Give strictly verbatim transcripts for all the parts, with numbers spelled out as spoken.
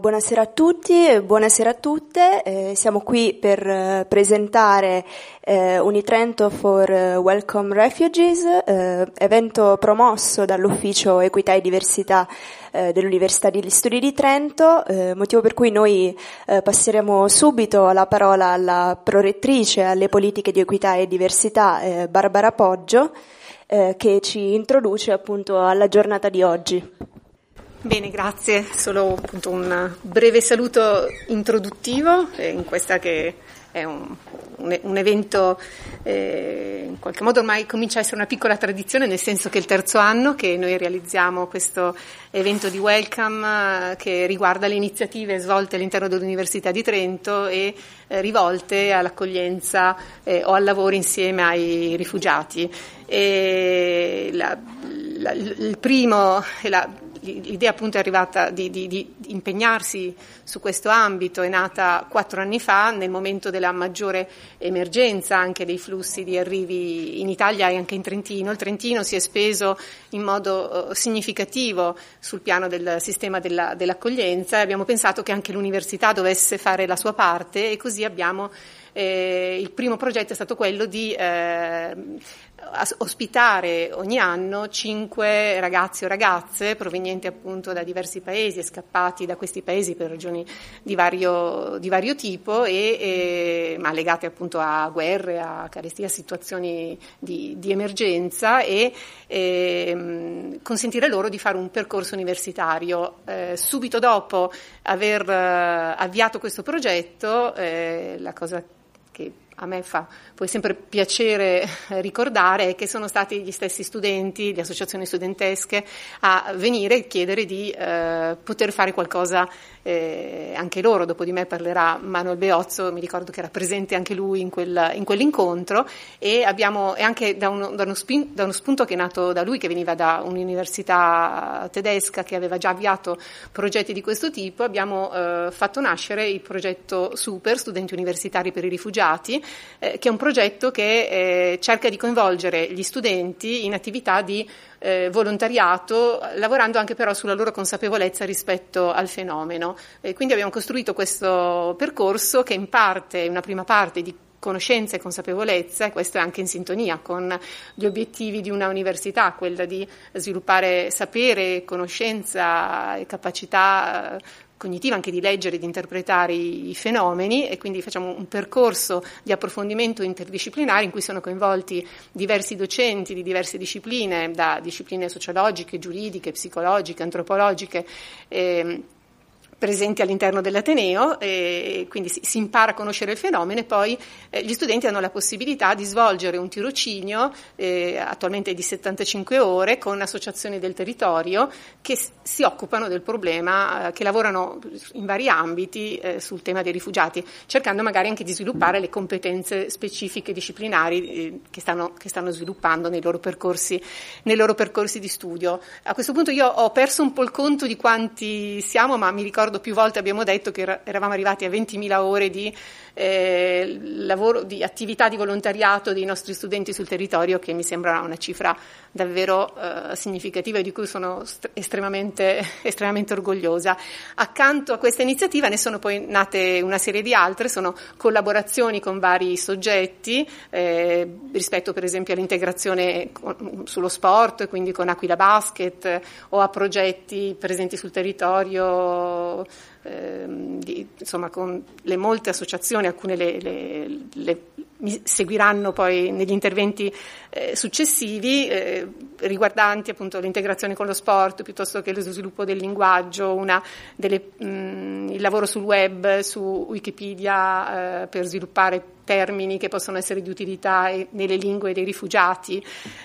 Buonasera a tutti e buonasera a tutte, eh, siamo qui per eh, presentare eh, Unitrento for Welcome Refugees, eh, evento promosso dall'Ufficio Equità e Diversità eh, dell'Università degli Studi di Trento, eh, motivo per cui noi eh, passeremo subito la parola alla prorettrice alle politiche di equità e diversità, eh, Barbara Poggio, eh, che ci introduce appunto alla giornata di oggi. Bene, grazie. Solo appunto un breve saluto introduttivo eh, in questa che è un, un, un evento eh, in qualche modo ormai comincia a essere una piccola tradizione, nel senso che è il terzo anno che noi realizziamo questo evento di welcome eh, che riguarda le iniziative svolte all'interno dell'Università di Trento e eh, rivolte all'accoglienza eh, o al lavoro insieme ai rifugiati. E la, la, il primo e la L'idea appunto è arrivata di, di, di impegnarsi su questo ambito, è nata quattro anni fa nel momento della maggiore emergenza anche dei flussi di arrivi in Italia e anche in Trentino. Il Trentino si è speso in modo uh, significativo sul piano del sistema della, dell'accoglienza e abbiamo pensato che anche l'università dovesse fare la sua parte e così abbiamo eh, il primo progetto è stato quello di eh, ospitare ogni anno cinque ragazzi o ragazze provenienti appunto da diversi paesi e scappati da questi paesi per ragioni di vario, di vario tipo e, e ma legate appunto a guerre, a carestie, a situazioni di, di emergenza e, e consentire loro di fare un percorso universitario. Eh, subito dopo aver eh, avviato questo progetto, eh, la cosa che a me fa poi sempre piacere ricordare è che sono stati gli stessi studenti, le associazioni studentesche a venire e chiedere di eh, poter fare qualcosa eh, anche loro. Dopo di me parlerà Manuel Beozzo, mi ricordo che era presente anche lui in, quel, in quell'incontro e abbiamo e anche da uno, da, uno spin, da uno spunto che è nato da lui, che veniva da un'università tedesca che aveva già avviato progetti di questo tipo, abbiamo eh, fatto nascere il progetto Super, Studenti Universitari per i Rifugiati, eh, che è un progetto che eh, cerca di coinvolgere gli studenti in attività di eh, volontariato, lavorando anche però sulla loro consapevolezza rispetto al fenomeno. E quindi abbiamo costruito questo percorso che in parte, una prima parte di conoscenza e consapevolezza, e questo è anche in sintonia con gli obiettivi di una università, quella di sviluppare sapere, conoscenza e capacità cognitiva anche di leggere e di interpretare i fenomeni, e quindi facciamo un percorso di approfondimento interdisciplinare in cui sono coinvolti diversi docenti di diverse discipline, da discipline sociologiche, giuridiche, psicologiche, antropologiche, eh, presenti all'interno dell'Ateneo, e quindi si, si impara a conoscere il fenomeno e poi eh, gli studenti hanno la possibilità di svolgere un tirocinio, eh, attualmente di settantacinque ore, con associazioni del territorio che s- si occupano del problema, eh, che lavorano in vari ambiti eh, sul tema dei rifugiati, cercando magari anche di sviluppare le competenze specifiche disciplinari eh, che, stanno, che stanno sviluppando nei loro percorsi, nei loro percorsi di studio. A questo punto io ho perso un po' il conto di quanti siamo, ma mi ricordo più volte abbiamo detto che eravamo arrivati a ventimila ore di eh, lavoro, di attività di volontariato dei nostri studenti sul territorio, che mi sembra una cifra davvero eh, significativa e di cui sono st- estremamente, estremamente orgogliosa. Accanto a questa iniziativa ne sono poi nate una serie di altre, sono collaborazioni con vari soggetti eh, rispetto per esempio all'integrazione con, sullo sport, quindi con Aquila Basket, o a progetti presenti sul territorio Eh, di, insomma con le molte associazioni, alcune le, le, le mi seguiranno poi negli interventi eh, successivi, eh, riguardanti appunto l'integrazione con lo sport, piuttosto che lo sviluppo del linguaggio, una delle, mh, il lavoro sul web, su Wikipedia eh, per sviluppare termini che possono essere di utilità nelle lingue dei rifugiati,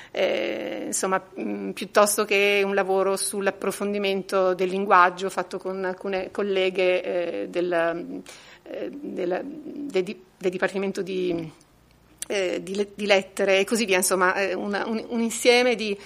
eh, insomma mh, piuttosto che un lavoro sull'approfondimento del linguaggio fatto con alcune colleghe eh, del, eh, del, del, del Dipartimento di Eh, di, di lettere e così via, insomma eh, una, un, un insieme di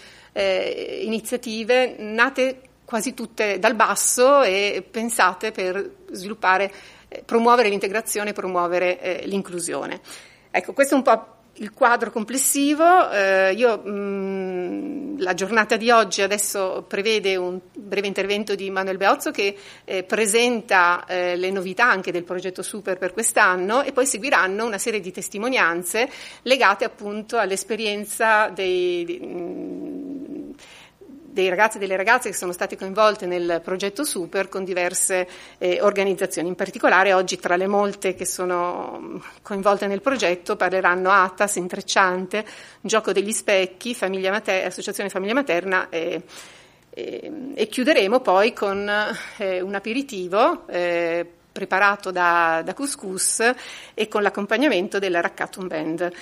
eh, iniziative nate quasi tutte dal basso e pensate per sviluppare, eh, promuovere l'integrazione, promuovere eh, l'inclusione. Ecco, questo è un po' il quadro complessivo, eh, io mh, la giornata di oggi adesso prevede un breve intervento di Manuel Beozzo che eh, presenta eh, le novità anche del progetto Super per quest'anno, e poi seguiranno una serie di testimonianze legate appunto all'esperienza dei, di, mh, dei ragazzi e delle ragazze che sono stati coinvolte nel progetto Super con diverse eh, organizzazioni. In particolare oggi, tra le molte che sono coinvolte nel progetto, parleranno Atas, Intrecciante, Gioco degli Specchi, Famiglia Mater- Associazione Famiglia Materna e, e, e chiuderemo poi con eh, un aperitivo eh, preparato da, da Couscous e con l'accompagnamento della Raccatum Band.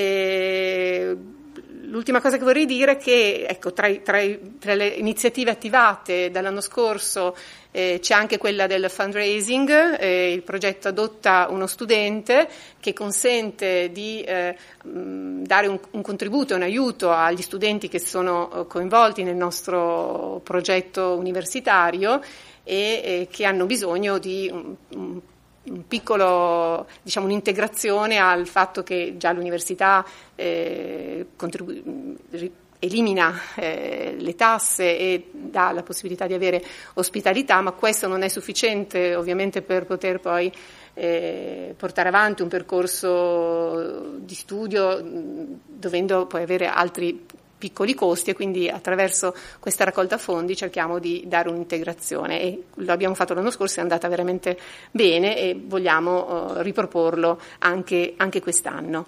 E, l'ultima cosa che vorrei dire è che ecco, tra, i, tra, i, tra le iniziative attivate dall'anno scorso eh, c'è anche quella del fundraising. Eh, il progetto adotta uno studente che consente di eh, mh, dare un, un contributo, un aiuto agli studenti che sono coinvolti nel nostro progetto universitario e eh, che hanno bisogno di un, un un piccolo, diciamo, un'integrazione al fatto che già l'università eh, contribu- elimina eh, le tasse e dà la possibilità di avere ospitalità, ma questo non è sufficiente ovviamente per poter poi eh, portare avanti un percorso di studio, dovendo poi avere altri piccoli costi, e quindi attraverso questa raccolta fondi cerchiamo di dare un'integrazione, e lo abbiamo fatto l'anno scorso, è andata veramente bene e vogliamo uh, riproporlo anche, anche quest'anno.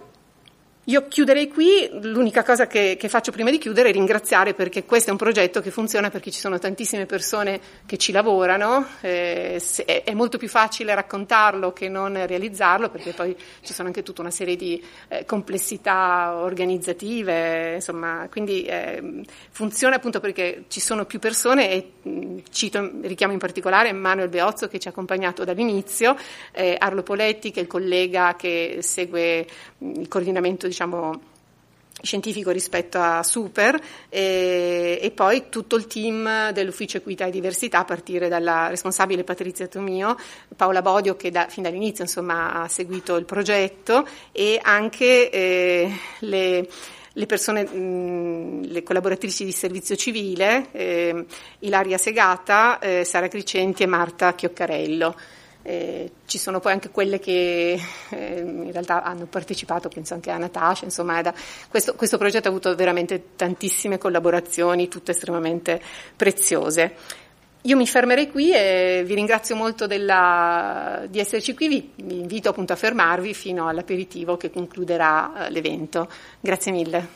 Io chiuderei qui. L'unica cosa che, che faccio prima di chiudere è ringraziare, perché questo è un progetto che funziona perché ci sono tantissime persone che ci lavorano. Eh, se, è molto più facile raccontarlo che non realizzarlo, perché poi ci sono anche tutta una serie di eh, complessità organizzative, insomma, quindi eh, funziona appunto perché ci sono più persone, e mh, cito, richiamo in particolare Manuel Beozzo che ci ha accompagnato dall'inizio, eh, Arlo Poletti che è il collega che segue mh, il coordinamento, diciamo, scientifico rispetto a Super, e, e poi tutto il team dell'Ufficio Equità e Diversità, a partire dalla responsabile Patrizia Tomio, Paola Bodio che da, fin dall'inizio insomma ha seguito il progetto, e anche eh, le le persone, mh, le collaboratrici di servizio civile, eh, Ilaria Segata, eh, Sara Cricenti e Marta Chioccarello. Eh, ci sono poi anche quelle che eh, in realtà hanno partecipato, penso anche a Natascia, insomma da, questo, questo progetto ha avuto veramente tantissime collaborazioni, tutte estremamente preziose. Io mi fermerei qui e vi ringrazio molto della, di esserci qui, vi, vi invito appunto a fermarvi fino all'aperitivo che concluderà eh, l'evento. Grazie mille.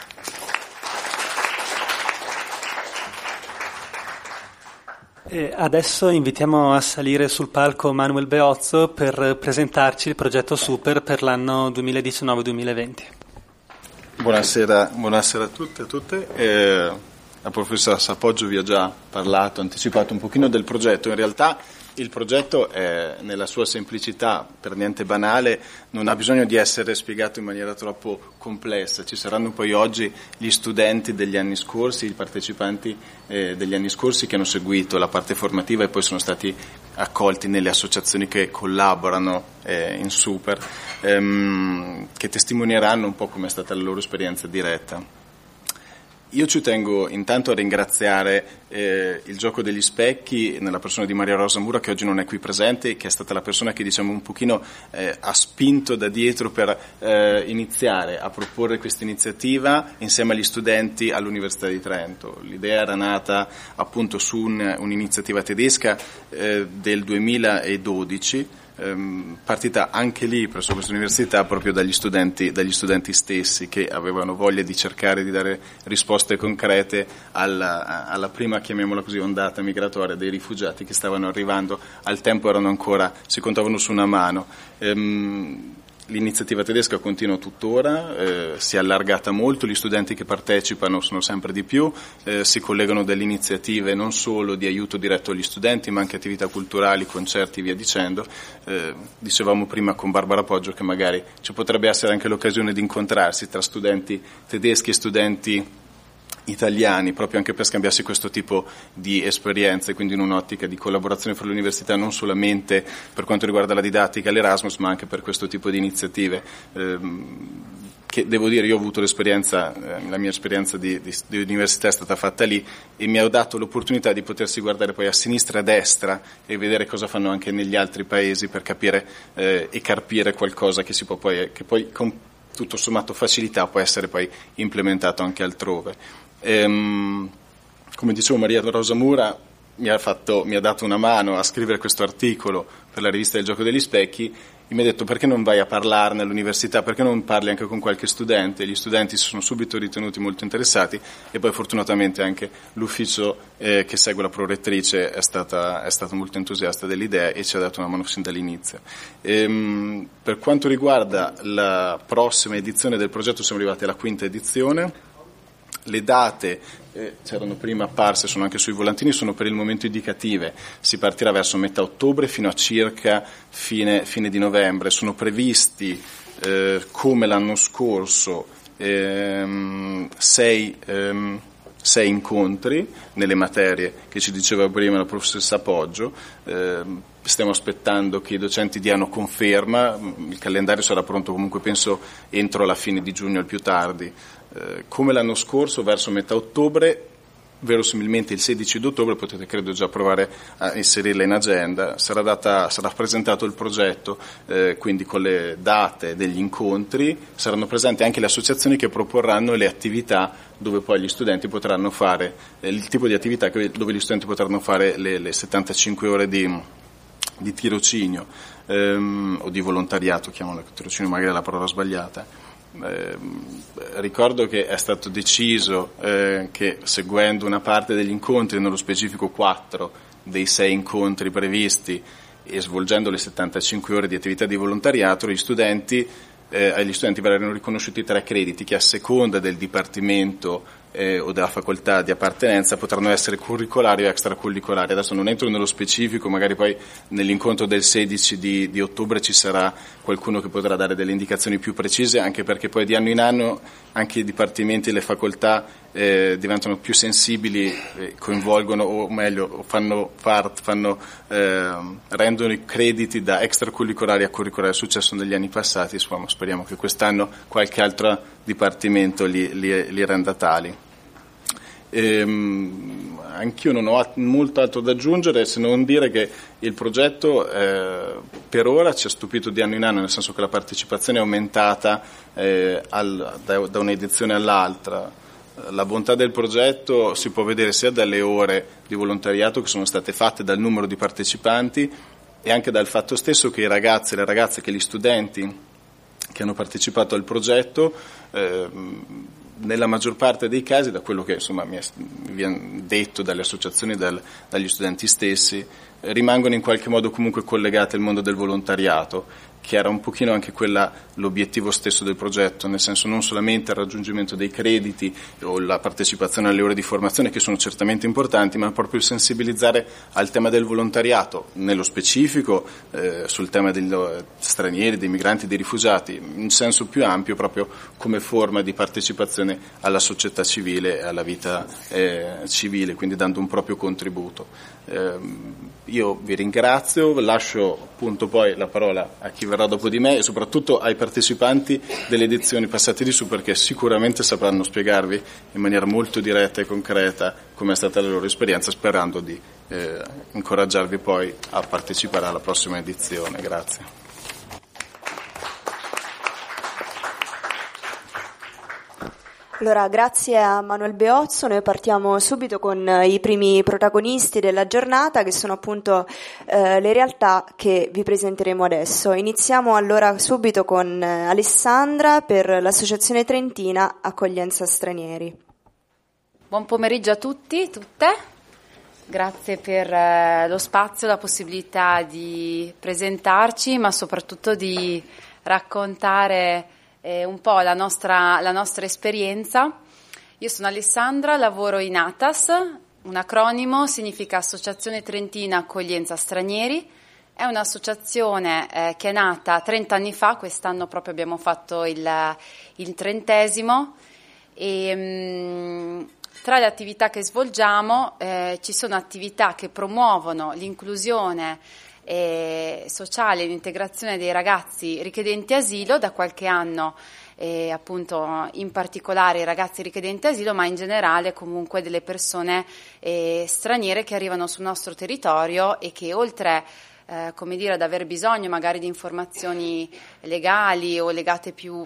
E adesso invitiamo a salire sul palco Manuel Beozzo per presentarci il progetto Super per l'anno duemiladiciannove duemilaventi. Buonasera, buonasera a tutte e a tutte. Eh, la professoressa Poggio vi ha già parlato, anticipato un pochino del progetto. In realtà il progetto è, nella sua semplicità, per niente banale, non ha bisogno di essere spiegato in maniera troppo complessa. Ci saranno poi oggi gli studenti degli anni scorsi, i partecipanti eh, degli anni scorsi che hanno seguito la parte formativa e poi sono stati accolti nelle associazioni che collaborano eh, in Super, ehm, che testimonieranno un po' come è stata la loro esperienza diretta. Io ci tengo intanto a ringraziare eh, il Gioco degli Specchi nella persona di Maria Rosa Mura, che oggi non è qui presente, che è stata la persona che diciamo un pochino eh, ha spinto da dietro per eh, iniziare a proporre questa iniziativa insieme agli studenti all'Università di Trento. L'idea era nata appunto su un, un'iniziativa tedesca eh, del duemiladodici, partita anche lì presso questa università proprio dagli studenti, dagli studenti stessi, che avevano voglia di cercare di dare risposte concrete alla, alla prima, chiamiamola così, ondata migratoria dei rifugiati che stavano arrivando. Al tempo erano ancora, si contavano su una mano. Ehm, L'iniziativa tedesca continua tuttora, eh, si è allargata molto, gli studenti che partecipano sono sempre di più, eh, si collegano delle iniziative non solo di aiuto diretto agli studenti ma anche attività culturali, concerti, via dicendo. Eh, dicevamo prima con Barbara Poggio che magari ci potrebbe essere anche l'occasione di incontrarsi tra studenti tedeschi e studenti italiani, proprio anche per scambiarsi questo tipo di esperienze, quindi in un'ottica di collaborazione fra le università, non solamente per quanto riguarda la didattica, l'Erasmus, ma anche per questo tipo di iniziative. Eh, che devo dire, io ho avuto l'esperienza, eh, la mia esperienza di, di, di università è stata fatta lì e mi ha dato l'opportunità di potersi guardare poi a sinistra e a destra e vedere cosa fanno anche negli altri paesi per capire eh, e carpire qualcosa che si può poi, che poi con tutto sommato facilità può essere poi implementato anche altrove. Ehm, come dicevo, Maria Rosa Mura mi ha, fatto, mi ha dato una mano a scrivere questo articolo per la rivista del Gioco degli Specchi e mi ha detto: perché non vai a parlarne all'università, perché non parli anche con qualche studente? Gli studenti si sono subito ritenuti molto interessati e poi fortunatamente anche l'ufficio eh, che segue la prorettrice è, stata, è stato molto entusiasta dell'idea e ci ha dato una mano sin dall'inizio. Ehm, per quanto riguarda la prossima edizione del progetto, siamo arrivati alla quinta edizione. Le date eh, c'erano prima apparse, sono anche sui volantini, sono per il momento indicative. Si partirà verso metà ottobre fino a circa fine, fine di novembre. Sono previsti, eh, come l'anno scorso, ehm, sei, ehm, sei incontri nelle materie che ci diceva prima la professoressa Poggio. Eh, stiamo aspettando che i docenti diano conferma. Il calendario sarà pronto comunque penso entro la fine di giugno al più tardi. Eh, come l'anno scorso, verso metà ottobre, verosimilmente il sedici di ottobre, potete credo già provare a inserirla in agenda, sarà, data, sarà presentato il progetto, eh, quindi con le date degli incontri, saranno presenti anche le associazioni che proporranno le attività dove poi gli studenti potranno fare, eh, il tipo di attività che, dove gli studenti potranno fare le, le settantacinque ore di, di tirocinio, ehm, o di volontariato, chiamalo tirocinio, magari è la parola sbagliata. Eh, ricordo che è stato deciso eh, che seguendo una parte degli incontri, nello specifico quattro dei sei incontri previsti e svolgendo le settantacinque ore di attività di volontariato, gli studenti, eh, agli studenti verranno riconosciuti tre crediti che a seconda del dipartimento eh, o della facoltà di appartenenza potranno essere curricolari o extracurricolari. Adesso non entro nello specifico, magari poi nell'incontro del sedici di, di ottobre ci sarà qualcuno che potrà dare delle indicazioni più precise, anche perché poi di anno in anno anche i dipartimenti e le facoltà eh, diventano più sensibili, eh, coinvolgono o meglio fanno, part, fanno eh, rendono i crediti da extracurricolari a curricolari. È successo negli anni passati, insomma, speriamo che quest'anno qualche altro dipartimento li, li, li renda tali. Ehm, anch'io non ho molto altro da aggiungere, se non dire che il progetto eh, per ora ci ha stupito di anno in anno, nel senso che la partecipazione è aumentata eh, al, da, da un'edizione all'altra. La bontà del progetto si può vedere sia dalle ore di volontariato che sono state fatte, dal numero di partecipanti e anche dal fatto stesso che i ragazzi e le ragazze, che gli studenti che hanno partecipato al progetto, eh, nella maggior parte dei casi, da quello che insomma mi, è, mi viene detto dalle associazioni e dal, dagli studenti stessi, eh, rimangono in qualche modo comunque collegati al mondo del volontariato, che era un pochino anche quella l'obiettivo stesso del progetto, nel senso non solamente il raggiungimento dei crediti o la partecipazione alle ore di formazione, che sono certamente importanti, ma proprio il sensibilizzare al tema del volontariato, nello specifico eh, sul tema degli stranieri, dei migranti, dei rifugiati, in senso più ampio, proprio come forma di partecipazione alla società civile e alla vita eh, civile, quindi dando un proprio contributo. Eh, io vi ringrazio, lascio appunto poi la parola a chi verrà dopo di me e soprattutto ai partecipanti delle edizioni passate di su, perché sicuramente sapranno spiegarvi in maniera molto diretta e concreta come è stata la loro esperienza, sperando di eh, incoraggiarvi poi a partecipare alla prossima edizione. Grazie. Allora, grazie a Manuel Beozzo, noi partiamo subito con i primi protagonisti della giornata, che sono appunto eh, le realtà che vi presenteremo adesso. Iniziamo allora subito con Alessandra per l'Associazione Trentina Accoglienza Stranieri. Buon pomeriggio a tutti, tutte. Grazie per eh, lo spazio, la possibilità di presentarci, ma soprattutto di raccontare Eh, un po' la nostra, la nostra esperienza. Io sono Alessandra, lavoro in A T A S, un acronimo significa Associazione Trentina Accoglienza Stranieri. È un'associazione eh, che è nata trenta anni fa, quest'anno proprio abbiamo fatto il, il trentesimo e mh, tra le attività che svolgiamo eh, ci sono attività che promuovono l'inclusione e sociale e l'integrazione dei ragazzi richiedenti asilo. Da qualche anno e appunto in particolare i ragazzi richiedenti asilo, ma in generale comunque delle persone eh, straniere che arrivano sul nostro territorio e che oltre eh, come dire, ad aver bisogno magari di informazioni legali o legate più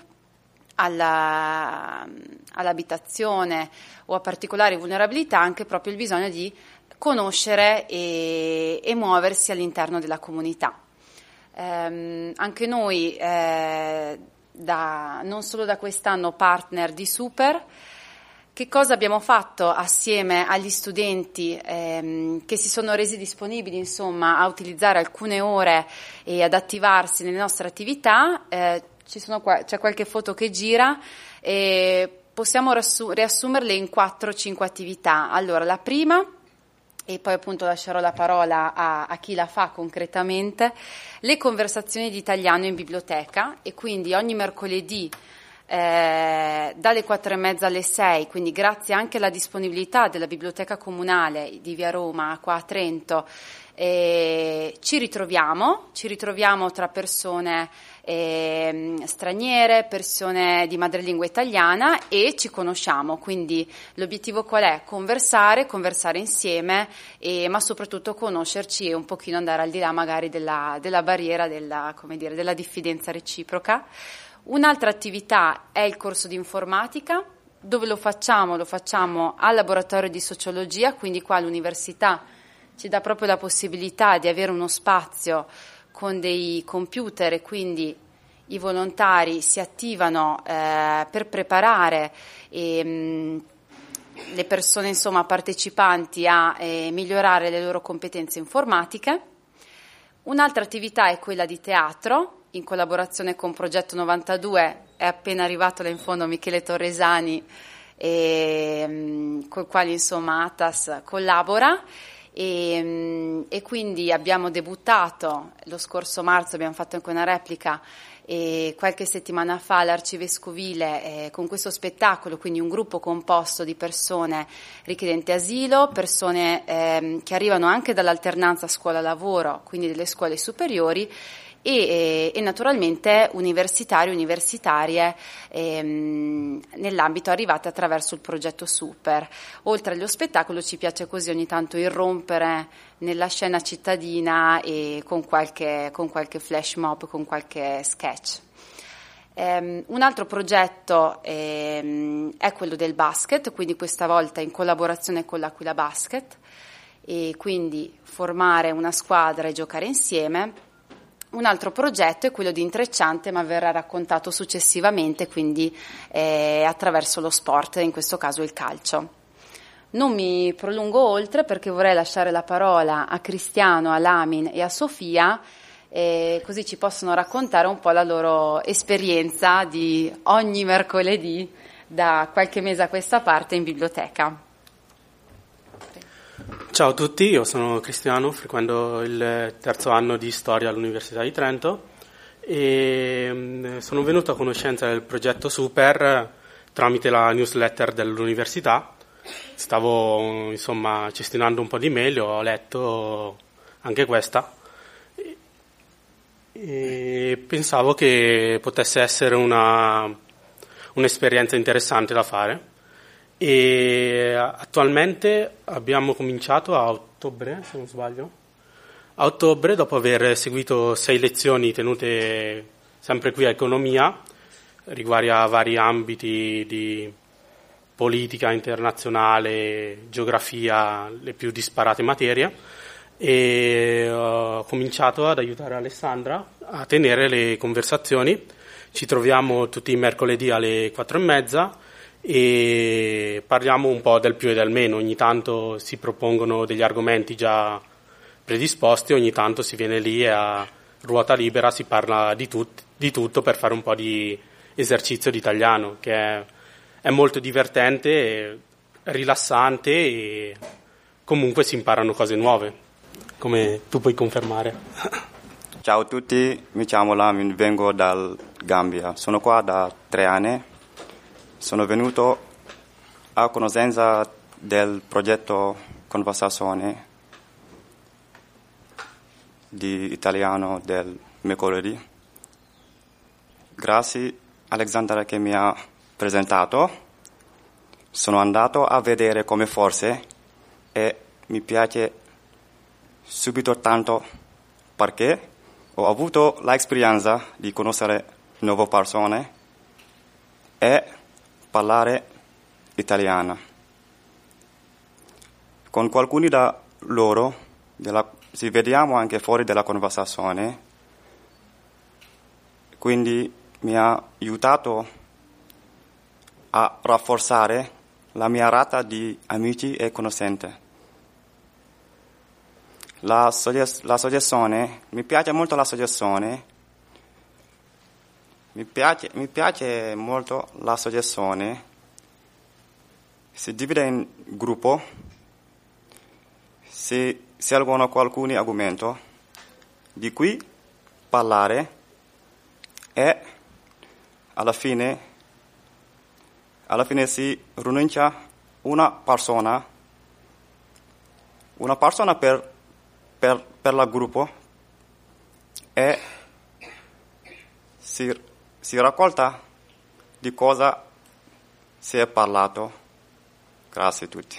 alla, all'abitazione o a particolari vulnerabilità, anche proprio il bisogno di conoscere e, e muoversi all'interno della comunità. Eh, anche noi eh, Da, non solo da quest'anno partner di Super. Che cosa abbiamo fatto assieme agli studenti ehm, che si sono resi disponibili insomma a utilizzare alcune ore e ad attivarsi nelle nostre attività? Eh, ci sono qua, c'è qualche foto che gira e possiamo riassu- riassumerle in quattro cinque attività. Allora, la prima, e poi appunto lascerò la parola a, a chi la fa concretamente, le conversazioni di italiano in biblioteca, e quindi ogni mercoledì eh, dalle quattro e mezza alle sei, quindi grazie anche alla disponibilità della biblioteca comunale di Via Roma qua a Trento, eh, ci ritroviamo, ci ritroviamo tra persone eh, straniere, persone di madrelingua italiana, e ci conosciamo. Quindi l'obiettivo qual è? Conversare, conversare insieme, e, ma soprattutto conoscerci e un pochino andare al di là magari della, della barriera, della, come dire, della diffidenza reciproca. Un'altra attività è il corso di informatica. Dove lo facciamo? Lo facciamo al laboratorio di sociologia, quindi qua l'università ci dà proprio la possibilità di avere uno spazio con dei computer, e quindi i volontari si attivano eh, per preparare e, mh, le persone insomma partecipanti a eh, migliorare le loro competenze informatiche. Un'altra attività è quella di teatro, in collaborazione con Progetto novantadue. È appena arrivato là in fondo Michele Torresani, e, mh, col quale insomma Atas collabora. E, e quindi abbiamo debuttato lo scorso marzo, abbiamo fatto anche una replica e qualche settimana fa all'Arcivescovile eh, con questo spettacolo, quindi un gruppo composto di persone richiedenti asilo, persone eh, che arrivano anche dall'alternanza scuola-lavoro, quindi delle scuole superiori, e, e, e naturalmente universitari, universitarie ehm, nell'ambito arrivate attraverso il progetto Super. Oltre allo spettacolo ci piace così ogni tanto irrompere nella scena cittadina e con qualche, con qualche flash mob, con qualche sketch. Um, un altro progetto um, è quello del basket, quindi questa volta in collaborazione con l'Aquila Basket, e quindi formare una squadra e giocare insieme. Un altro progetto è quello di Intrecciante, ma verrà raccontato successivamente, quindi eh, attraverso lo sport, in questo caso il calcio. Non mi prolungo oltre perché vorrei lasciare la parola a Cristiano, a Lamin e a Sofia, eh, così ci possono raccontare un po' la loro esperienza di ogni mercoledì da qualche mese a questa parte in biblioteca. Ciao a tutti, io sono Cristiano, frequento il terzo anno di storia all'Università di Trento e sono venuto a conoscenza del progetto Super tramite la newsletter dell'università. Stavo insomma cestinando un po' di mail, ho letto anche questa e pensavo che potesse essere una, un'esperienza interessante da fare. E attualmente abbiamo cominciato a ottobre, se non sbaglio, a ottobre, dopo aver seguito sei lezioni tenute sempre qui a Economia, riguardo a vari ambiti di politica internazionale, geografia, le più disparate materie, e ho cominciato ad aiutare Alessandra a tenere le conversazioni. Ci troviamo tutti i mercoledì alle quattro e mezza e parliamo un po' del più e del meno. Ogni tanto si propongono degli argomenti già predisposti, ogni tanto si viene lì e a ruota libera si parla di, tut- di tutto per fare un po' di esercizio di italiano, che è, è molto divertente, rilassante e comunque si imparano cose nuove, come tu puoi confermare. Ciao a tutti, mi chiamo Lamin, vengo dal Gambia, sono qua da tre anni. Sono venuto a conoscenza del progetto Conversazione di italiano del mercoledì. Grazie Alexandra che mi ha presentato. Sono andato a vedere come forse e mi piace subito tanto perché ho avuto l'esperienza di conoscere nuove persone e parlare italiano. Con qualcuno da loro della, ci vediamo anche fuori dalla conversazione, quindi mi ha aiutato a rafforzare la mia rete di amici e conoscenti. La l'associazione, mi piace molto l'associazione, mi piace, mi piace molto l'associazione, si divide in gruppo, si scelgono alcuni argomenti di cui parlare e alla fine, alla fine si rinuncia una persona, una persona per Per, per il gruppo e si, si raccolta di cosa si è parlato. Grazie a tutti.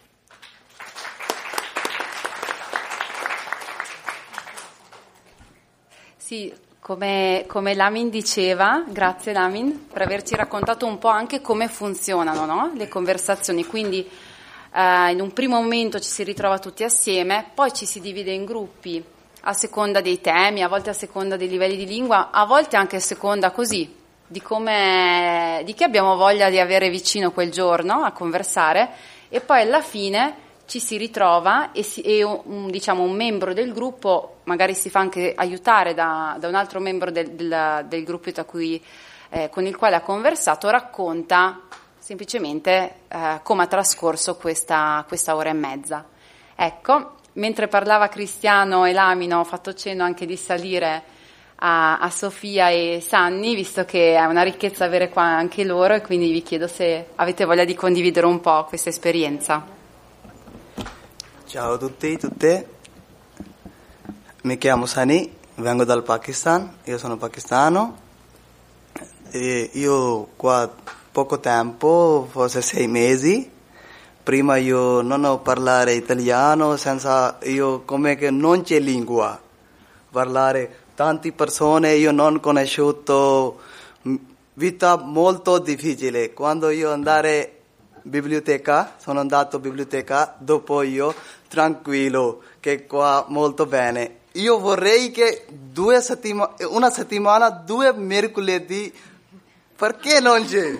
Sì, come, come Lamin diceva, grazie Lamin per averci raccontato un po' anche come funzionano, no? Le conversazioni, quindi Uh, in un primo momento ci si ritrova tutti assieme, poi ci si divide in gruppi a seconda dei temi, a volte a seconda dei livelli di lingua, a volte anche a seconda così di come, di chi abbiamo voglia di avere vicino quel giorno a conversare, e poi alla fine ci si ritrova e, si, e un, diciamo, un membro del gruppo magari si fa anche aiutare da, da un altro membro del, del, del gruppo da cui, eh, con il quale ha conversato, racconta semplicemente eh, come ha trascorso questa, questa ora e mezza. Ecco, mentre parlava Cristiano e Lamino ho fatto cenno anche di salire a, a Sofia e Sanni, visto che è una ricchezza avere qua anche loro, e quindi vi chiedo se avete voglia di condividere un po' questa esperienza. Ciao a tutti e tutte, mi chiamo Sani, vengo dal Pakistan, io sono pakistano e io qua poco tempo, forse sei mesi. Prima io non ho parlare italiano, senza io come che non c'è lingua. Parlare tante persone io non conosciuto, vita molto difficile. Quando io andare in biblioteca, sono andato in biblioteca, dopo io tranquillo, che qua molto bene. Io vorrei che due settima, una settimana, due mercoledì, perché non c'è?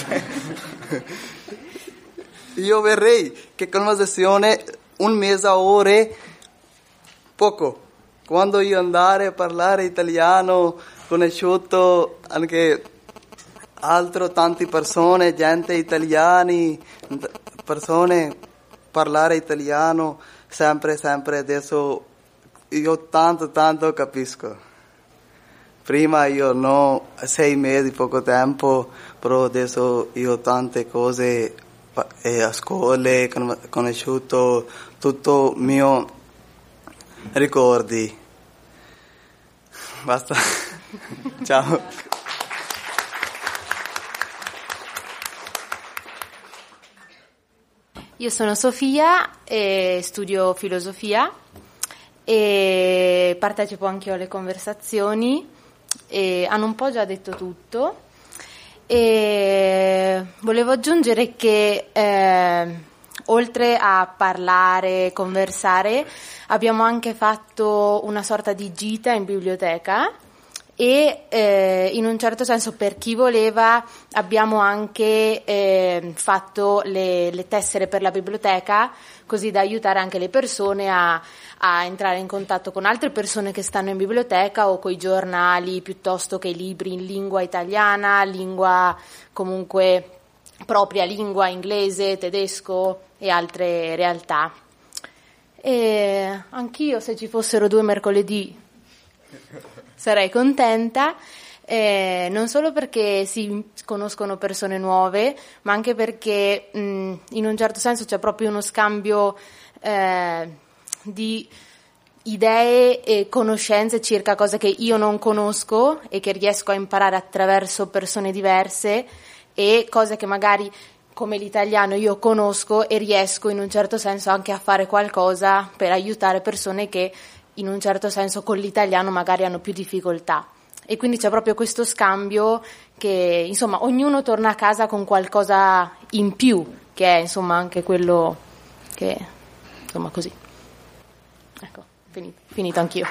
Io vorrei che conversazione un mese a ore, poco. Quando io andare a parlare italiano, conosciuto anche altre tante persone, gente italiani, persone parlare italiano, sempre, sempre adesso io tanto, tanto capisco. Prima io no, sei mesi, poco tempo, però adesso io tante cose eh, a scuola, ho conosciuto tutto mio ricordi. Basta. Ciao. Io sono Sofia e studio filosofia e partecipo anche io alle conversazioni. E hanno un po' già detto tutto e volevo aggiungere che eh, oltre a parlare, conversare, abbiamo anche fatto una sorta di gita in biblioteca e eh, in un certo senso, per chi voleva, abbiamo anche eh, fatto le, le tessere per la biblioteca, così da aiutare anche le persone a, a entrare in contatto con altre persone che stanno in biblioteca o con i giornali piuttosto che i libri in lingua italiana, lingua comunque propria, lingua inglese, tedesco e altre realtà. E anch'io, se ci fossero due mercoledì, sarei contenta, eh, non solo perché si conoscono persone nuove, ma anche perché mh, in un certo senso c'è proprio uno scambio eh, di idee e conoscenze circa cose che io non conosco e che riesco a imparare attraverso persone diverse, e cose che magari come l'italiano io conosco e riesco in un certo senso anche a fare qualcosa per aiutare persone che in un certo senso con l'italiano magari hanno più difficoltà. E quindi c'è proprio questo scambio che, insomma, ognuno torna a casa con qualcosa in più, che è, insomma, anche quello che, insomma, così. Ecco, finito, finito anch'io.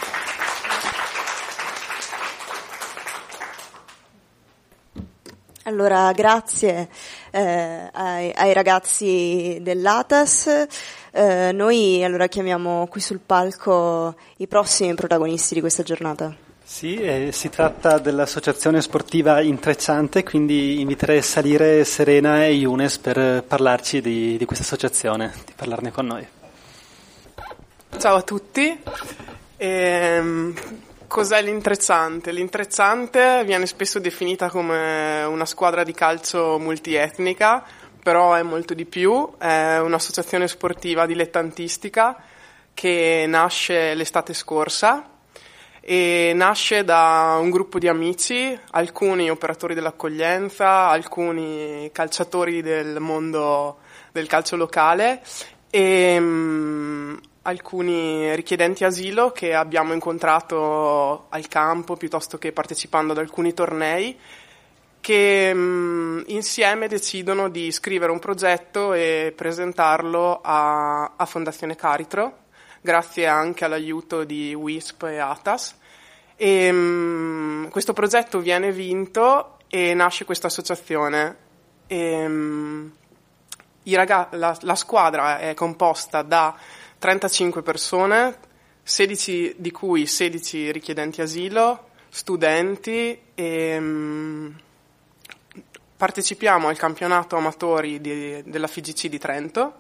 Allora, grazie eh, ai, ai ragazzi dell'A T A S. Eh, noi allora chiamiamo qui sul palco i prossimi protagonisti di questa giornata. Sì, eh, si tratta dell'associazione sportiva Intrecciante, quindi inviterei a salire Serena e Younes per parlarci di, di questa associazione, di parlarne con noi. Ciao a tutti. Ehm... Cos'è l'Intrecciante? L'Intrecciante viene spesso definita come una squadra di calcio multietnica, però è molto di più, è un'associazione sportiva dilettantistica che nasce l'estate scorsa e nasce da un gruppo di amici, alcuni operatori dell'accoglienza, alcuni calciatori del mondo del calcio locale e um, alcuni richiedenti asilo che abbiamo incontrato al campo piuttosto che partecipando ad alcuni tornei, che mh, insieme decidono di scrivere un progetto e presentarlo a, a Fondazione Caritro, grazie anche all'aiuto di W I S P e A T A S. E, mh, questo progetto viene vinto e nasce questa associazione. E, mh, i raga- la, la squadra è composta da trentacinque persone, sedici di cui sedici richiedenti asilo, studenti, e mh, partecipiamo al campionato amatori di, della F G C di Trento.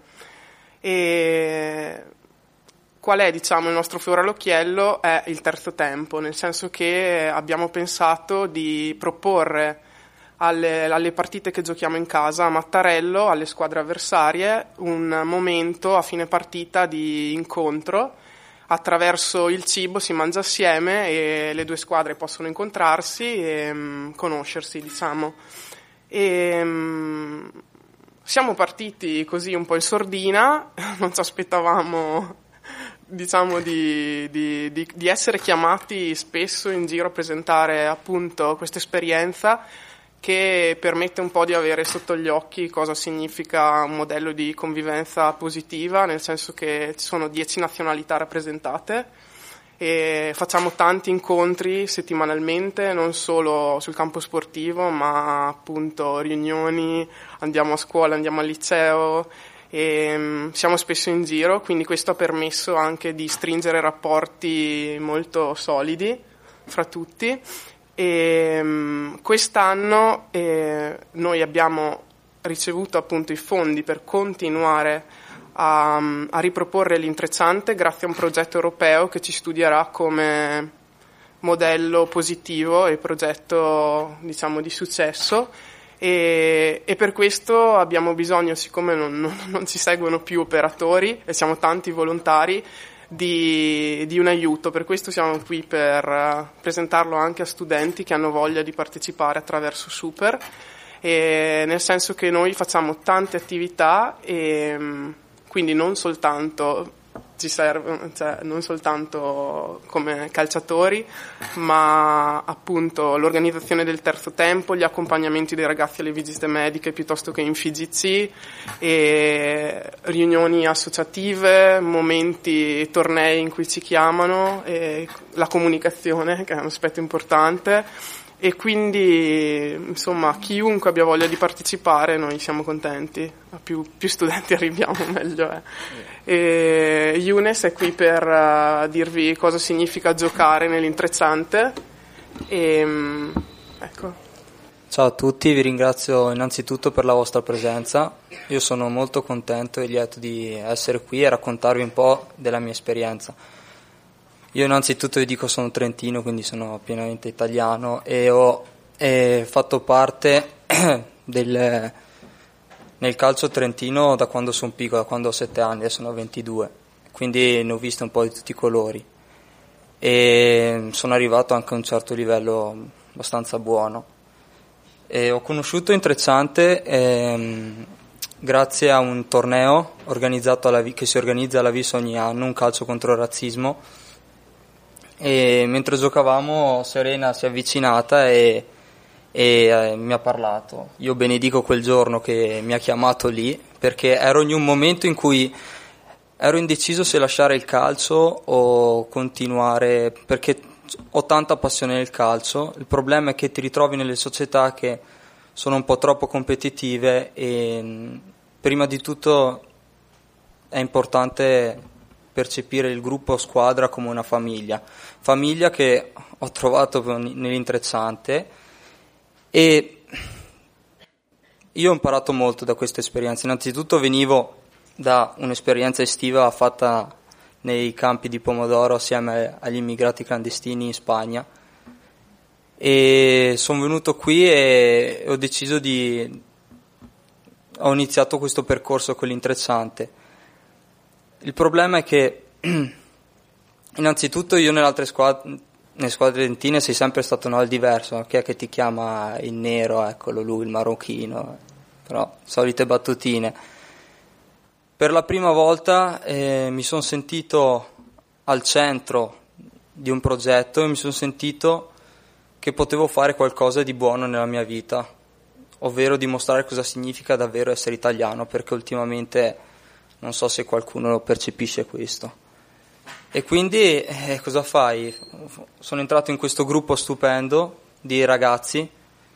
E qual è, diciamo, il nostro fiore all'occhiello? È il terzo tempo, nel senso che abbiamo pensato di proporre Alle, alle partite che giochiamo in casa a Mattarello, alle squadre avversarie, un momento a fine partita di incontro. Attraverso il cibo si mangia assieme e le due squadre possono incontrarsi e mh, conoscersi, diciamo. E, mh, siamo partiti così un po' in sordina, non ci aspettavamo, diciamo, di, di, di, di essere chiamati spesso in giro a presentare appunto questa esperienza, che permette un po' di avere sotto gli occhi cosa significa un modello di convivenza positiva, nel senso che ci sono dieci nazionalità rappresentate e facciamo tanti incontri settimanalmente, non solo sul campo sportivo, ma appunto riunioni, andiamo a scuola, andiamo al liceo e um, siamo spesso in giro, quindi questo ha permesso anche di stringere rapporti molto solidi fra tutti. E um, quest'anno eh, noi abbiamo ricevuto appunto i fondi per continuare a, a riproporre l'Intrecciante grazie a un progetto europeo che ci studierà come modello positivo e progetto, diciamo, di successo, e, e per questo abbiamo bisogno, siccome non, non, non ci seguono più operatori e siamo tanti volontari, Di, di un aiuto. Per questo siamo qui per uh, presentarlo anche a studenti che hanno voglia di partecipare attraverso Super, e nel senso che noi facciamo tante attività e um, quindi non soltanto ci serve, cioè, non soltanto come calciatori, ma appunto l'organizzazione del terzo tempo, gli accompagnamenti dei ragazzi alle visite mediche piuttosto che in F G C, e riunioni associative, momenti, tornei in cui ci chiamano, e la comunicazione, che è un aspetto importante. E quindi, insomma, chiunque abbia voglia di partecipare, noi siamo contenti. A più, più studenti arriviamo, meglio è. E Younes è qui per uh, dirvi cosa significa giocare nell'Intrecciante. E, ecco. Ciao a tutti, vi ringrazio innanzitutto per la vostra presenza. Io sono molto contento e lieto di essere qui e raccontarvi un po' della mia esperienza. Io innanzitutto vi dico sono trentino, quindi sono pienamente italiano e ho eh, fatto parte del, nel calcio trentino da quando sono piccolo, da quando ho sette anni, adesso ne ho ventidue. quindi ne ho viste un po' di tutti i colori e sono arrivato anche a un certo livello abbastanza buono. E ho conosciuto Intrecciante ehm, grazie a un torneo organizzato alla, che si organizza alla Vis ogni anno, un calcio contro il razzismo, e mentre giocavamo Serena si è avvicinata e, e eh, mi ha parlato. Io benedico quel giorno che mi ha chiamato lì, perché ero in un momento in cui ero indeciso se lasciare il calcio o continuare, perché ho tanta passione nel calcio. Il problema è che ti ritrovi nelle società che sono un po' troppo competitive e prima di tutto è importante percepire il gruppo squadra come una famiglia, famiglia che ho trovato nell'Intrecciante, e io ho imparato molto da questa esperienza. Innanzitutto venivo da un'esperienza estiva fatta nei campi di pomodoro assieme agli immigrati clandestini in Spagna, e sono venuto qui e ho deciso di ho iniziato questo percorso con l'Intrecciante. Il problema è che innanzitutto io nelle altre squadre, nelle squadre argentine sei sempre stato no, il diverso, chi è che ti chiama il nero, eccolo lui, il marocchino, però solite battutine. Per la prima volta eh, mi sono sentito al centro di un progetto e mi sono sentito che potevo fare qualcosa di buono nella mia vita, ovvero dimostrare cosa significa davvero essere italiano, perché ultimamente non so se qualcuno percepisce questo. E quindi eh, cosa fai? Sono entrato in questo gruppo stupendo di ragazzi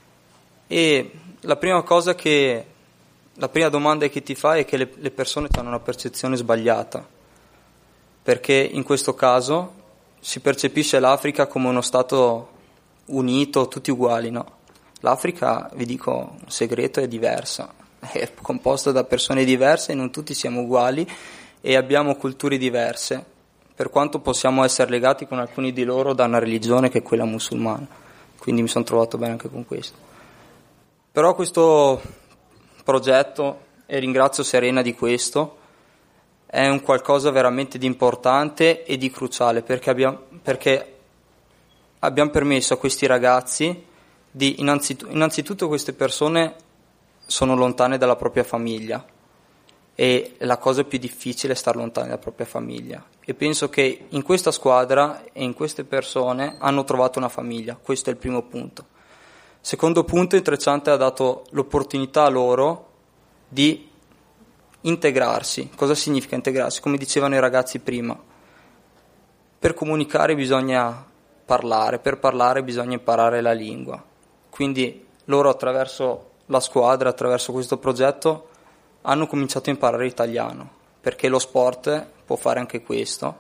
e la prima cosa che La prima domanda che ti fai è che le, le persone hanno una percezione sbagliata, perché in questo caso si percepisce l'Africa come uno stato unito, tutti uguali, no? L'Africa, vi dico un segreto, è diversa, è composta da persone diverse e non tutti siamo uguali e abbiamo culture diverse, per quanto possiamo essere legati con alcuni di loro da una religione che è quella musulmana, quindi mi sono trovato bene anche con questo. Però questo progetto, e ringrazio Serena di questo, è un qualcosa veramente di importante e di cruciale, perché abbiamo, perché abbiamo permesso a questi ragazzi di innanzitutto, innanzitutto queste persone sono lontane dalla propria famiglia e la cosa più difficile è star lontani dalla propria famiglia, e penso che in questa squadra e in queste persone hanno trovato una famiglia. Questo è il primo punto. Secondo punto, Intrecciante ha dato l'opportunità a loro di integrarsi. Cosa significa integrarsi? Come dicevano i ragazzi prima, per comunicare bisogna parlare, per parlare bisogna imparare la lingua. Quindi loro attraverso la squadra, attraverso questo progetto, hanno cominciato a imparare italiano, perché lo sport può fare anche questo.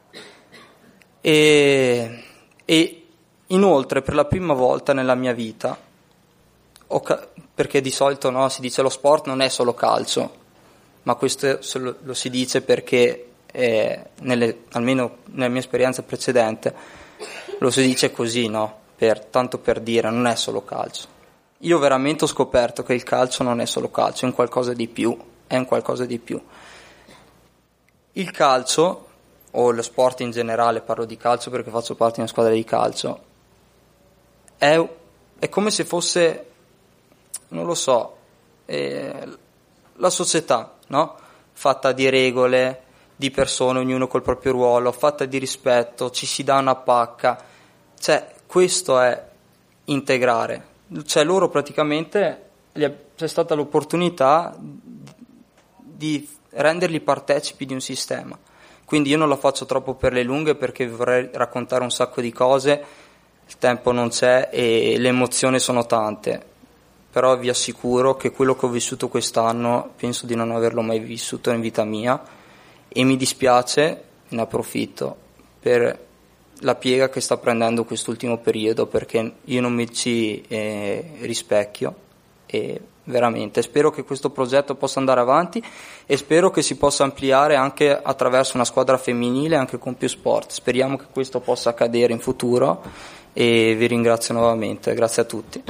E, e inoltre, per la prima volta nella mia vita, ho ca- perché di solito no, si dice lo sport non è solo calcio, ma questo lo, lo si dice perché eh, nelle, almeno nella mia esperienza precedente lo si dice così, no? Per, tanto per dire, non è solo calcio. Io veramente ho scoperto che il calcio non è solo calcio, è un qualcosa di più, è un qualcosa di più. Il calcio, o lo sport in generale, parlo di calcio perché faccio parte di una squadra di calcio, è, è come se fosse, non lo so, eh, la società, no? Fatta di regole, di persone, ognuno col proprio ruolo, fatta di rispetto, ci si dà una pacca, cioè questo è integrare, cioè loro praticamente c'è stata l'opportunità di renderli partecipi di un sistema. Quindi io non la faccio troppo per le lunghe perché vorrei raccontare un sacco di cose, il tempo non c'è e le emozioni sono tante, però vi assicuro che quello che ho vissuto quest'anno penso di non averlo mai vissuto in vita mia e mi dispiace, ne approfitto per la piega che sta prendendo quest'ultimo periodo, perché io non mi ci eh, rispecchio e veramente spero che questo progetto possa andare avanti e spero che si possa ampliare anche attraverso una squadra femminile, anche con più sport. Speriamo che questo possa accadere in futuro e vi ringrazio nuovamente, grazie a tutti.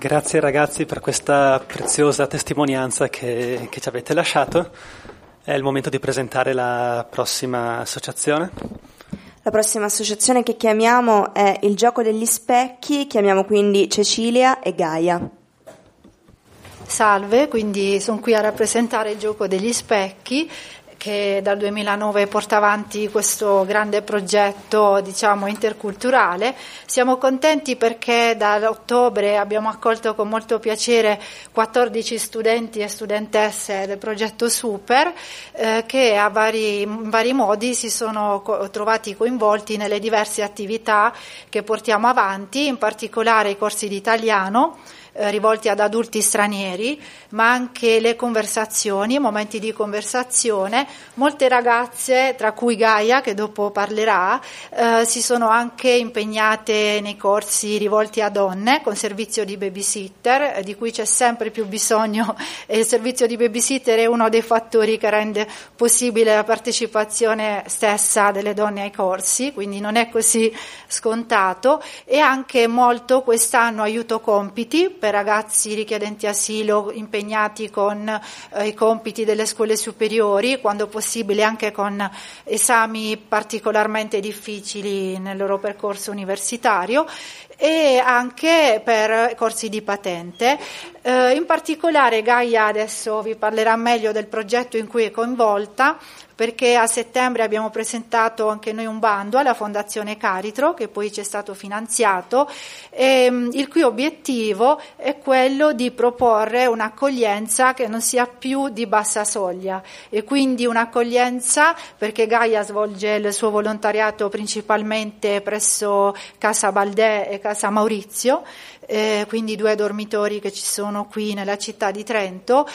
Grazie ragazzi per questa preziosa testimonianza che, che ci avete lasciato. È il momento di presentare la prossima associazione. La prossima associazione che chiamiamo è il Gioco degli Specchi, chiamiamo quindi Cecilia e Gaia. Salve, quindi sono qui a rappresentare il Gioco degli Specchi, che dal duemilanove porta avanti questo grande progetto, diciamo, interculturale. Siamo contenti perché da ottobre abbiamo accolto con molto piacere quattordici studenti e studentesse del progetto Super eh, che a vari, in vari modi si sono co- trovati coinvolti nelle diverse attività che portiamo avanti, in particolare i corsi di italiano eh, rivolti ad adulti stranieri, ma anche le conversazioni, momenti di conversazione. Molte ragazze, tra cui Gaia, che dopo parlerà, eh, si sono anche impegnate nei corsi rivolti a donne con servizio di babysitter, eh, di cui c'è sempre più bisogno, e il servizio di babysitter è uno dei fattori che rende possibile la partecipazione stessa delle donne ai corsi, quindi non è così scontato. E anche molto quest'anno aiuto compiti per ragazzi richiedenti asilo impegnati con eh, i compiti delle scuole superiori, quando possibile anche con esami particolarmente difficili nel loro percorso universitario, e anche per corsi di patente. Eh, in particolare Gaia adesso vi parlerà meglio del progetto in cui è coinvolta, perché a settembre abbiamo presentato anche noi un bando alla Fondazione Caritro, che poi ci è stato finanziato, e, il cui obiettivo è quello di proporre un'accoglienza che non sia più di bassa soglia, e quindi un'accoglienza, perché Gaia svolge il suo volontariato principalmente presso Casa Baldè e Casa Maurizio, Eh, quindi due dormitori che ci sono qui nella città di Trento,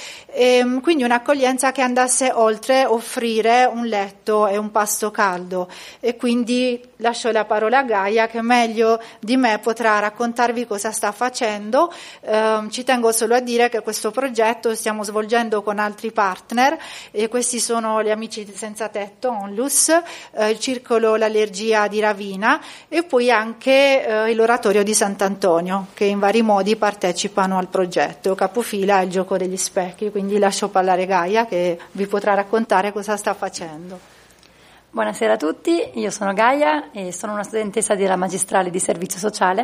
e quindi un'accoglienza che andasse oltre offrire un letto e un pasto caldo. E quindi lascio la parola a Gaia, che meglio di me potrà raccontarvi cosa sta facendo. Eh, ci tengo solo a dire che questo progetto stiamo svolgendo con altri partner, e questi sono gli Amici Senza Tetto, Onlus, eh, il Circolo L'Allergia di Ravina, e poi anche eh, l'Oratorio di Sant'Antonio, che in vari modi partecipano al progetto. Capofila è il Gioco degli Specchi, quindi lascio parlare Gaia, che vi potrà raccontare cosa sta facendo. Buonasera a tutti, io sono Gaia e sono una studentessa della magistrale di servizio sociale,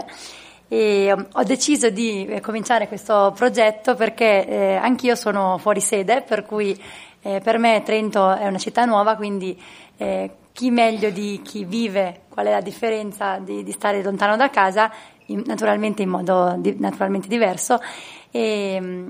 e ho deciso di cominciare questo progetto perché eh, anch'io sono fuori sede, per cui eh, per me Trento è una città nuova, quindi eh, chi meglio di chi vive qual è la differenza di, di stare lontano da casa, in, naturalmente in modo di, naturalmente diverso, e,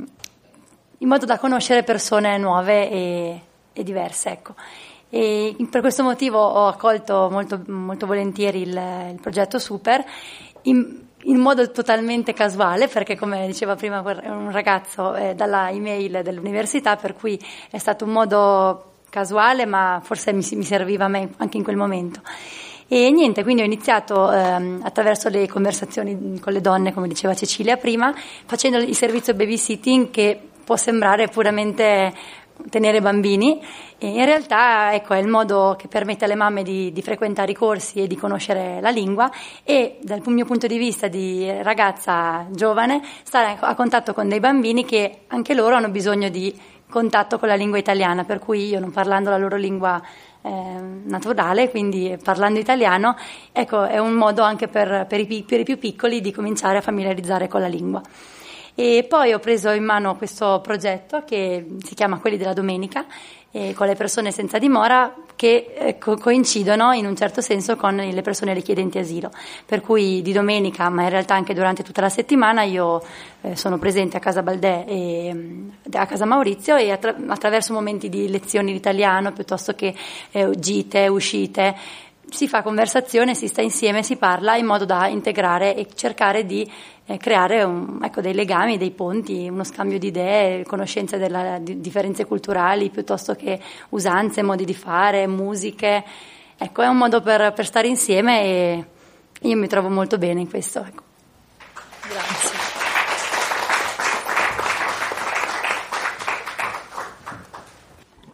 in modo da conoscere persone nuove e, e diverse, ecco. E per questo motivo ho accolto molto, molto volentieri il, il progetto Super, in, in modo totalmente casuale, perché come diceva prima un ragazzo eh, dalla email dell'università, per cui è stato un modo casuale, ma forse mi, mi serviva a me anche in quel momento. E niente, quindi ho iniziato ehm, attraverso le conversazioni con le donne, come diceva Cecilia prima, facendo il servizio babysitting, che può sembrare puramente tenere bambini, e in realtà ecco, è il modo che permette alle mamme di, di frequentare i corsi e di conoscere la lingua, e dal mio punto di vista di ragazza giovane stare a contatto con dei bambini che anche loro hanno bisogno di contatto con la lingua italiana, per cui io, non parlando la loro lingua eh, naturale, quindi parlando italiano, ecco, è un modo anche per, per, i, per i più piccoli di cominciare a familiarizzare con la lingua. E poi ho preso in mano questo progetto che si chiama Quelli della Domenica, eh, con le persone senza dimora, che eh, co- coincidono in un certo senso con le persone richiedenti asilo, per cui di domenica, ma in realtà anche durante tutta la settimana, io eh, sono presente a Casa Baldè e a Casa Maurizio, e attra- attraverso momenti di lezioni di italiano, piuttosto che eh, gite, uscite, si fa conversazione, si sta insieme, si parla in modo da integrare e cercare di eh, creare un, ecco, dei legami, dei ponti, uno scambio di idee, conoscenze delle di differenze culturali, piuttosto che usanze, modi di fare, musiche. Ecco, è un modo per, per stare insieme, e io mi trovo molto bene in questo. Ecco. Grazie.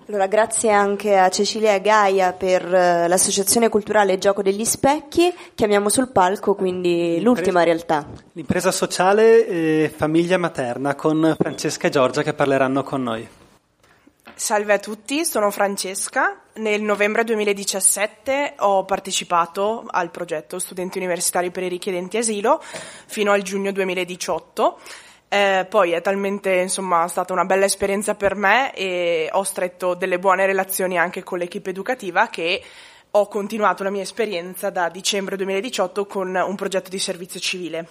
Allora, grazie anche a Cecilia e a Gaia per uh, l'associazione culturale Gioco degli Specchi. Chiamiamo sul palco quindi l'ultima realtà. L'impresa sociale e famiglia materna con Francesca e Giorgia che parleranno con noi. Salve a tutti, sono Francesca. Nel novembre duemiladiciassette ho partecipato al progetto Studenti Universitari per i Richiedenti Asilo fino al giugno duemiladiciotto. Eh, poi è talmente, insomma, stata una bella esperienza per me e ho stretto delle buone relazioni anche con l'equipe educativa che ho continuato la mia esperienza da dicembre duemiladiciotto con un progetto di servizio civile.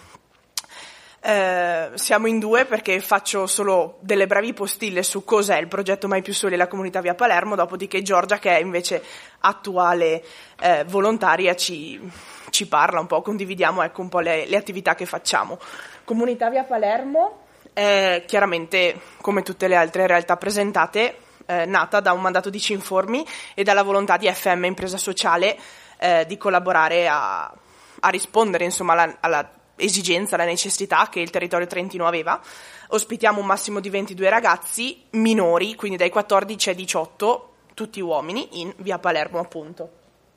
Eh, siamo in due perché faccio solo delle brevi postille su cos'è il progetto Mai più soli e la comunità Via Palermo, dopodiché Giorgia, che è invece attuale eh, volontaria, ci, ci parla un po', condividiamo ecco un po' le, le attività che facciamo. Comunità Via Palermo è chiaramente, come tutte le altre realtà presentate, eh, nata da un mandato di Cinformi e dalla volontà di F M Impresa Sociale eh, di collaborare a, a rispondere insomma alla, alla esigenza, alla necessità che il territorio trentino aveva. Ospitiamo un massimo di ventidue ragazzi minori, quindi dai quattordici ai diciotto, tutti uomini, in Via Palermo appunto.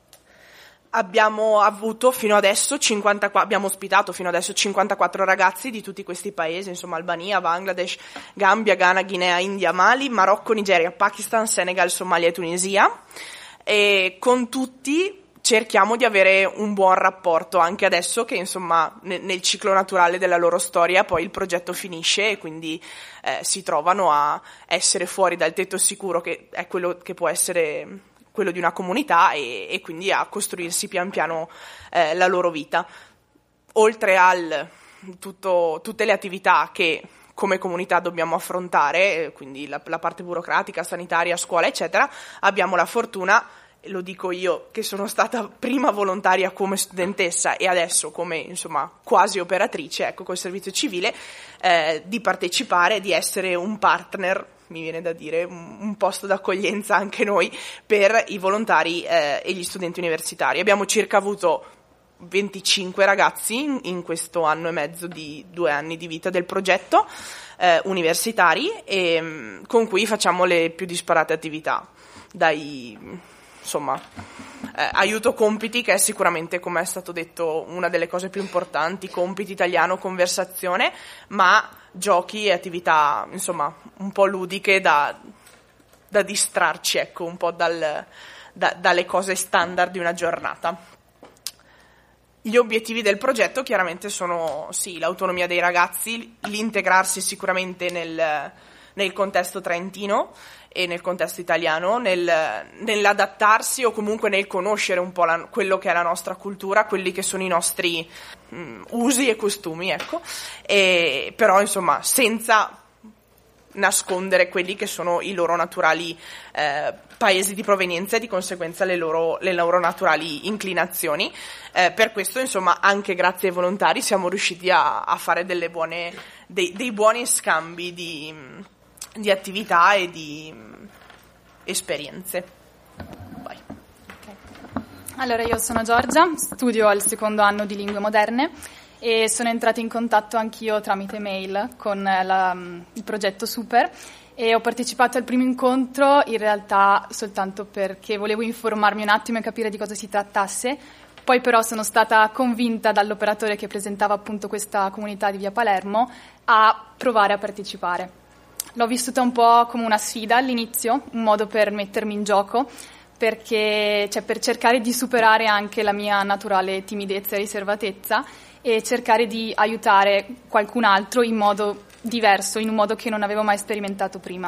Abbiamo avuto fino adesso cinquantaquattro, abbiamo ospitato fino adesso cinquantaquattro ragazzi di tutti questi paesi, insomma Albania, Bangladesh, Gambia, Ghana, Guinea, India, Mali, Marocco, Nigeria, Pakistan, Senegal, Somalia e Tunisia. E con tutti cerchiamo di avere un buon rapporto anche adesso che insomma nel, nel ciclo naturale della loro storia poi il progetto finisce e quindi eh, si trovano a essere fuori dal tetto sicuro che è quello che può essere quello di una comunità e, e quindi a costruirsi pian piano eh, la loro vita. Oltre al tutto, tutte le attività che come comunità dobbiamo affrontare, quindi la, la parte burocratica, sanitaria, scuola, eccetera, abbiamo la fortuna, lo dico io che sono stata prima volontaria come studentessa e adesso come insomma quasi operatrice, ecco, col servizio civile, eh, di partecipare, di essere un partner, mi viene da dire, un, un posto d'accoglienza anche noi per i volontari eh, e gli studenti universitari. Abbiamo circa avuto venticinque ragazzi in, in questo anno e mezzo di due anni di vita del progetto eh, universitari e mh, con cui facciamo le più disparate attività, dai insomma eh, aiuto compiti, che è sicuramente, come è stato detto, una delle cose più importanti, compiti, italiano, conversazione, ma giochi e attività insomma un po' ludiche da, da distrarci ecco un po' dal, da, dalle cose standard di una giornata. Gli obiettivi del progetto chiaramente sono sì l'autonomia dei ragazzi, l'integrarsi sicuramente nel, nel contesto trentino e nel contesto italiano, nel, nell'adattarsi o comunque nel conoscere un po' la, quello che è la nostra cultura, quelli che sono i nostri mh, usi e costumi, ecco, e, però insomma senza nascondere quelli che sono i loro naturali eh, paesi di provenienza e di conseguenza le loro, le loro naturali inclinazioni. Eh, per questo insomma anche grazie ai volontari siamo riusciti a, a fare delle buone, dei, dei buoni scambi di di attività e di mh, esperienze. Vai. Okay. Allora, io sono Giorgia, studio al secondo anno di Lingue Moderne e sono entrata in contatto anch'io tramite mail con la, il progetto Super e ho partecipato al primo incontro in realtà soltanto perché volevo informarmi un attimo e capire di cosa si trattasse. Poi però sono stata convinta dall'operatore che presentava appunto questa comunità di Via Palermo a provare a partecipare. L'ho vissuta un po' come una sfida all'inizio, un modo per mettermi in gioco, perché, cioè, per cercare di superare anche la mia naturale timidezza e riservatezza e cercare di aiutare qualcun altro in modo diverso, in un modo che non avevo mai sperimentato prima.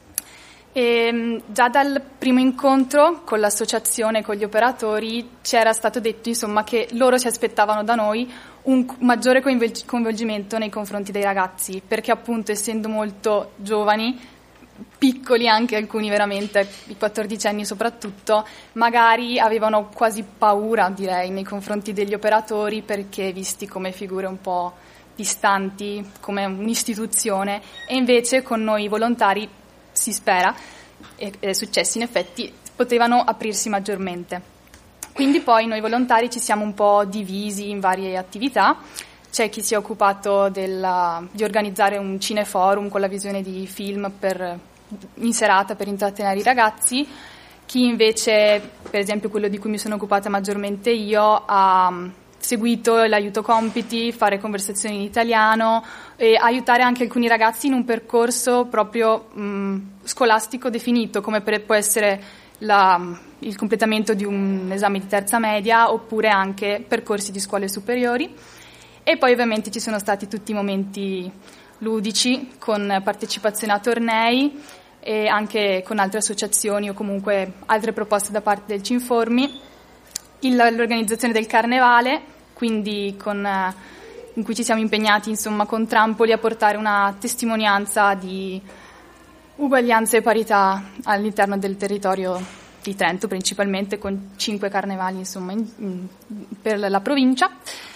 E, già dal primo incontro con l'associazione, con gli operatori, ci era stato detto insomma che loro si aspettavano da noi un maggiore coinvolgimento nei confronti dei ragazzi, perché appunto essendo molto giovani, piccoli anche alcuni veramente, i quattordicenni soprattutto, magari avevano quasi paura, direi, nei confronti degli operatori perché visti come figure un po' distanti, come un'istituzione, e invece con noi volontari si spera, e è successo in effetti, potevano aprirsi maggiormente. Quindi poi noi volontari ci siamo un po' divisi in varie attività. C'è chi si è occupato della, di organizzare un cineforum con la visione di film per in serata per intrattenere i ragazzi. Chi invece, per esempio quello di cui mi sono occupata maggiormente io, ha seguito l'aiuto compiti, fare conversazioni in italiano e aiutare anche alcuni ragazzi in un percorso proprio mh, scolastico definito, come per, può essere la, il completamento di un esame di terza media oppure anche percorsi di scuole superiori. E poi ovviamente ci sono stati tutti i momenti ludici con partecipazione a tornei e anche con altre associazioni o comunque altre proposte da parte del Cinformi, il, l'organizzazione del carnevale, quindi con, eh, in cui ci siamo impegnati insomma con Trampoli a portare una testimonianza di uguaglianza e parità all'interno del territorio di Trento, principalmente con cinque carnevali insomma in, in, per la provincia.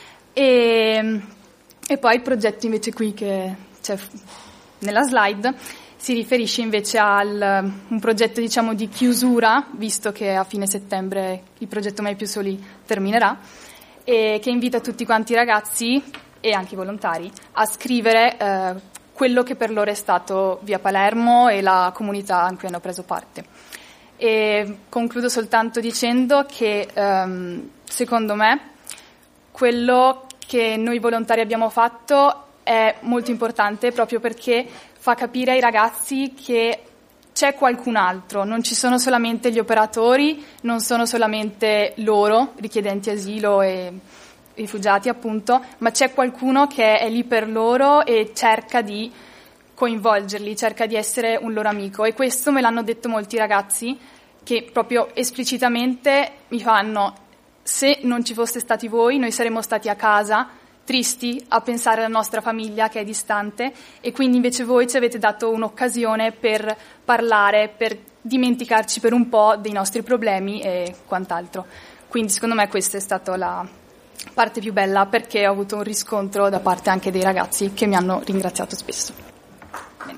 E, e poi il progetto invece qui che c'è nella slide si riferisce invece a un progetto diciamo di chiusura, visto che a fine settembre il progetto Mai più soli terminerà, e che invita tutti quanti i ragazzi e anche i volontari a scrivere eh, quello che per loro è stato Via Palermo e la comunità in cui hanno preso parte. E concludo soltanto dicendo che ehm, secondo me quello che noi volontari abbiamo fatto è molto importante proprio perché fa capire ai ragazzi che c'è qualcun altro, non ci sono solamente gli operatori, non sono solamente loro, richiedenti asilo e rifugiati appunto, ma c'è qualcuno che è lì per loro e cerca di coinvolgerli, cerca di essere un loro amico. E questo me l'hanno detto molti ragazzi che proprio esplicitamente mi fanno: se non ci foste stati voi, noi saremmo stati a casa, tristi, a pensare alla nostra famiglia che è distante, e quindi invece voi ci avete dato un'occasione per parlare, per dimenticarci per un po' dei nostri problemi e quant'altro. Quindi secondo me questa è stata la parte più bella, perché ho avuto un riscontro da parte anche dei ragazzi che mi hanno ringraziato spesso. Bene.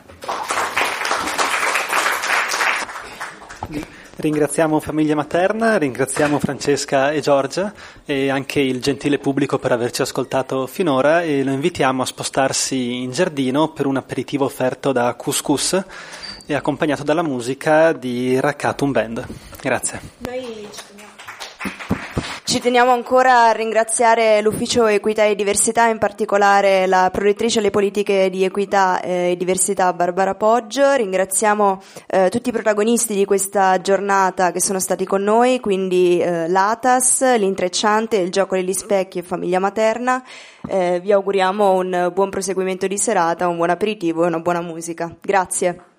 Ringraziamo Famiglia Materna, ringraziamo Francesca e Giorgia e anche il gentile pubblico per averci ascoltato finora, e lo invitiamo a spostarsi in giardino per un aperitivo offerto da Couscous e accompagnato dalla musica di Rakatum Band. Grazie. Noi ci teniamo ancora a ringraziare l'Ufficio Equità e Diversità, in particolare la prorettrice alle politiche di equità e diversità Barbara Poggio. Ringraziamo eh, tutti i protagonisti di questa giornata che sono stati con noi, quindi eh, l'A T A S, l'Intrecciante, il Gioco degli Specchi e Famiglia Materna. Eh, vi auguriamo un buon proseguimento di serata, un buon aperitivo e una buona musica. Grazie.